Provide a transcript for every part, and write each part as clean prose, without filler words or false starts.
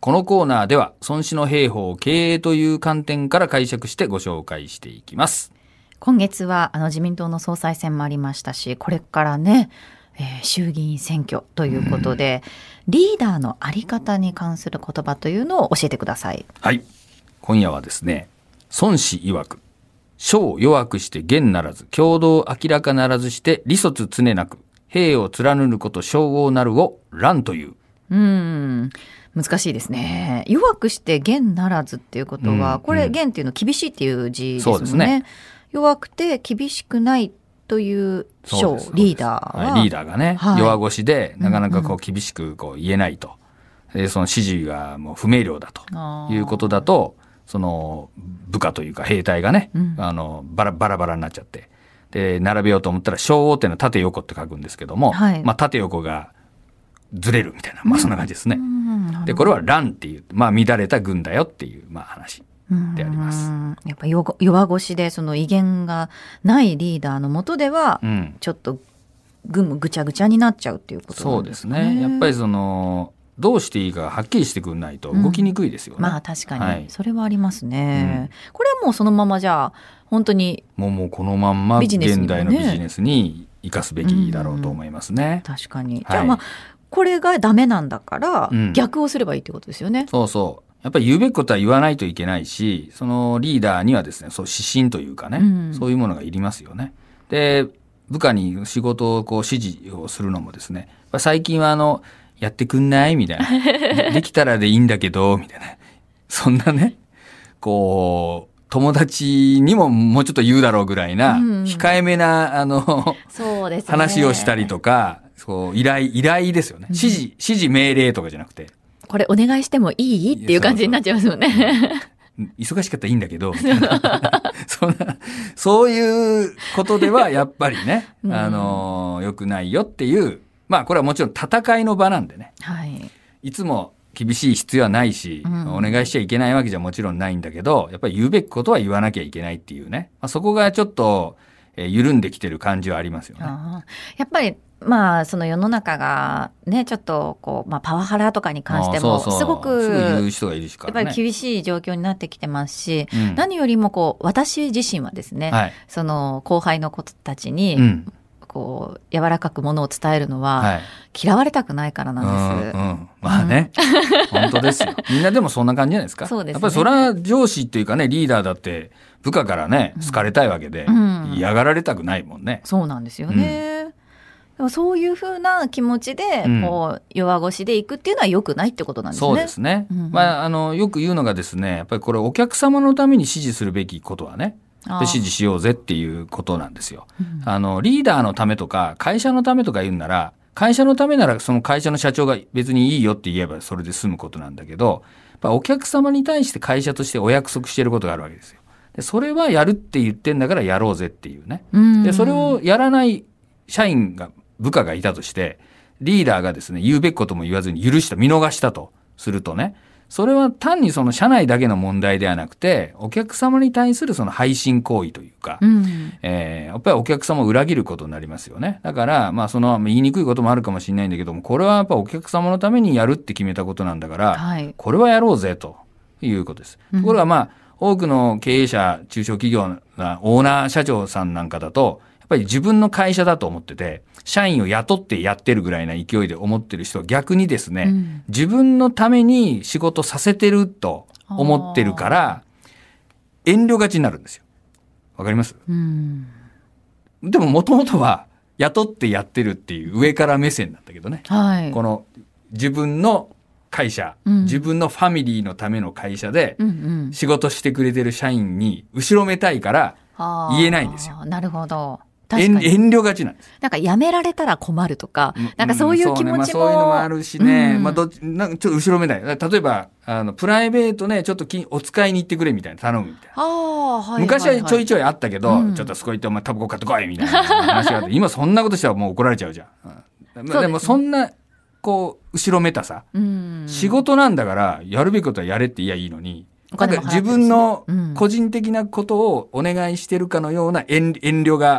このコーナーでは孫子の兵法を経営という観点から解釈してご紹介していきます。 今月は自民党の総裁選もありましたし、これからね、衆議院選挙ということで、リーダーのあり方に関する言葉というのを教えてください。 はい、今夜はですね、孫子曰く、将弱くして言ならず、共同明らかならずして利卒常なく、兵を貫ぬこと称号なるを乱という。 難しいですね。弱くして言ならずっていうことは、これ言っていうの厳しいっていう字ですもんね。そうですね。弱くて厳しくないという将、リーダーは、 リーダーがね、弱腰でなかなかこう厳しくこう言えないと、その指示がもう不明瞭だということだと、その部下というか兵隊がね、バラバラになっちゃって、で並べようと思ったら将っていうのは縦横って書くんですけども、縦横がずれるみたいな、そんな感じですね。でこれは乱っていう、乱れた軍だよっていう話であります。 やっぱ弱腰でその威厳がないリーダーの下では、ちょっと軍もぐちゃぐちゃになっちゃうっていうことなんですかね。 そうですね。やっぱりそのどうしていいかはっきりしてくんないと動きにくいですよね。 確かに、それはありますね。これはもうそのままじゃあ本当にもうこのまんま現代のビジネスに生かすべきだろうと思いますね。 確かに。じゃあこれがダメなんだから、逆をすればいいってことですよね。 そうそう。やっぱり言うべきことは言わないといけないし、そのリーダーにはですね、そう指針というかね、そういうものがいりますよね。で、部下に仕事をこう指示をするのもですね、最近はやってくんないみたいな。できたらでいいんだけど、みたいな。そんなね、こう、友達にももうちょっと言うだろうぐらいな、控えめな、 そうですね、 話をしたりとか、そう依頼ですよね。指示命令とかじゃなくて。 これお願いしてもいいっていう感じになっちゃいますよね。 忙しかったらいいんだけど、みたいなそういうことではやっぱりね、良くないよっていう、これはもちろん戦いの場なんでね。いつも厳しい必要はないし、お願いしちゃいけないわけじゃもちろんないんだけど、やっぱり言うべきことは言わなきゃいけないっていうね。そこがちょっと、緩んできてる感じはありますよね。 やっぱりその世の中がね、ちょっとこう、パワハラとかに関してもすごく言う人がいるしからね、 やっぱり厳しい状況になってきてますし、何よりもこう私自身はですね、その後輩の子たちに、こう柔らかくものを伝えるのは、嫌われたくないからなんです。 本当ですよ。みんなでもそんな感じじゃないですか。そうですね。やっぱりそれは上司っていうかね、リーダーだって部下からね好かれたいわけで、嫌がられたくないもんね。 そうなんですよね。でもそういうふうな気持ちでこう弱腰でいくっていうのは良くないってことなんですね。 そうですね。よく言うのがですね、やっぱりこれお客様のために指示するべきことはね、指示しようぜっていうことなんですよ。リーダーのためとか会社のためとか言うなら、会社のためならその会社の社長が別にいいよって言えばそれで済むことなんだけど、やっぱお客様に対して会社としてお約束していることがあるわけですよ。でそれはやるって言ってんだからやろうぜっていうね。でそれをやらない社員が部下がいたとして、リーダーがですね、言うべきことも言わずに許した、見逃したとするとね、それは単にその社内だけの問題ではなくて、お客様に対するその背信行為というか、やっぱりお客様を裏切ることになりますよね。だから、その言いにくいこともあるかもしれないんだけども、これはやっぱお客様のためにやるって決めたことなんだから、これはやろうぜということです。ところが多くの経営者、中小企業のオーナー社長さんなんかだと、やっぱり自分の会社だと思ってて、社員を雇ってやってるぐらいな勢いで思ってる人は逆にですね、自分のために仕事させてると思ってるから遠慮がちになるんですよ。わかります？でももともとは雇ってやってるっていう上から目線なんだけどね、この自分の会社、自分のファミリーのための会社で仕事してくれてる社員に後ろめたいから言えないんですよ。 なるほど。 遠慮がちなんです。 なんか辞められたら困るとか、なんかそういう気持ちも、 そういうのもあるしね、なんかちょっと後ろめたい。例えばプライベートね、ちょっとお使いに行ってくれみたいな、頼むみたいな。昔はちょいちょいあったけど、ちょっとそこ行ってお前タバコ買ってこいみたいな話があって、今そんなことしたらもう怒られちゃうじゃん。でもそんなこう後ろめたさ、仕事なんだからやるべきことはやれって言えばいいのに。なんか自分の個人的なことをお願いしてるかのような遠慮が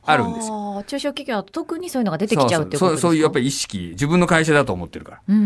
あるんですよ。中小企業だと特にそういうのが出てきちゃうっていうことですか？ そういうやっぱり意識、自分の会社だと思ってるから、 うん、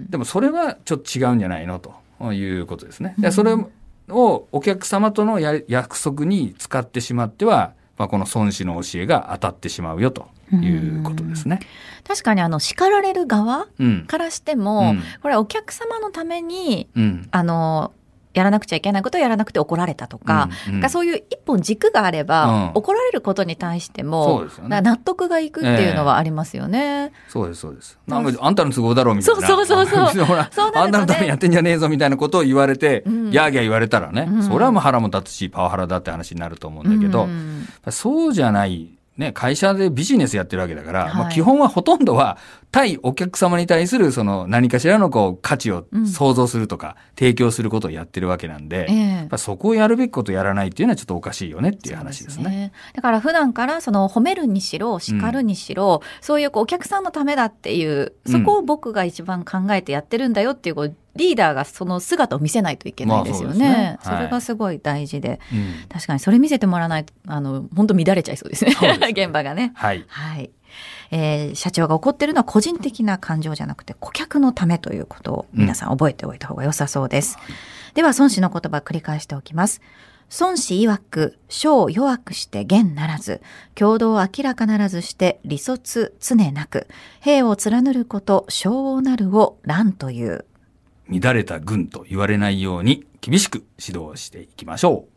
でもそれはちょっと違うんじゃないのということですね。でそれをお客様との約束に使ってしまっては、この孫子の教えが当たってしまうよということですね。 確かに叱られる側からしても、これはお客様のために、やらなくちゃいけないことをやらなくて怒られたとか、そういう一本軸があれば、怒られることに対しても、納得がいくっていうのはありますよね。 そうですそうです。なんかあんたの都合だろうみたいな。 そうあんたのためにやってんじゃねえぞみたいなことを言われて、ギャーギャー言われたらね、それはもう腹も立つしパワハラだって話になると思うんだけど、そうじゃないね、会社でビジネスやってるわけだから、基本はほとんどは対お客様に対するその何かしらの価値を創造するとか、提供することをやってるわけなんで、やっぱそこをやるべきことをやらないっていうのはちょっとおかしいよねっていう話ですね。 だから普段からその褒めるにしろ叱るにしろ、そういうお客さんのためだっていう、そこを僕が一番考えてやってるんだよっていうリーダーがその姿を見せないといけないですよね。それがすごい大事で、確かにそれ見せてもらわないと本当乱れちゃいそうですね。現場がね。はい。社長が怒ってるのは個人的な感情じゃなくて顧客のためということを皆さん覚えておいた方が良さそうです。では孫子の言葉繰り返しておきます。孫子曰く、小弱くして言ならず、共同明らかならずして利卒常なく、兵を貫ること小をなるを乱という。 乱れた軍と言われないように厳しく指導していきましょう。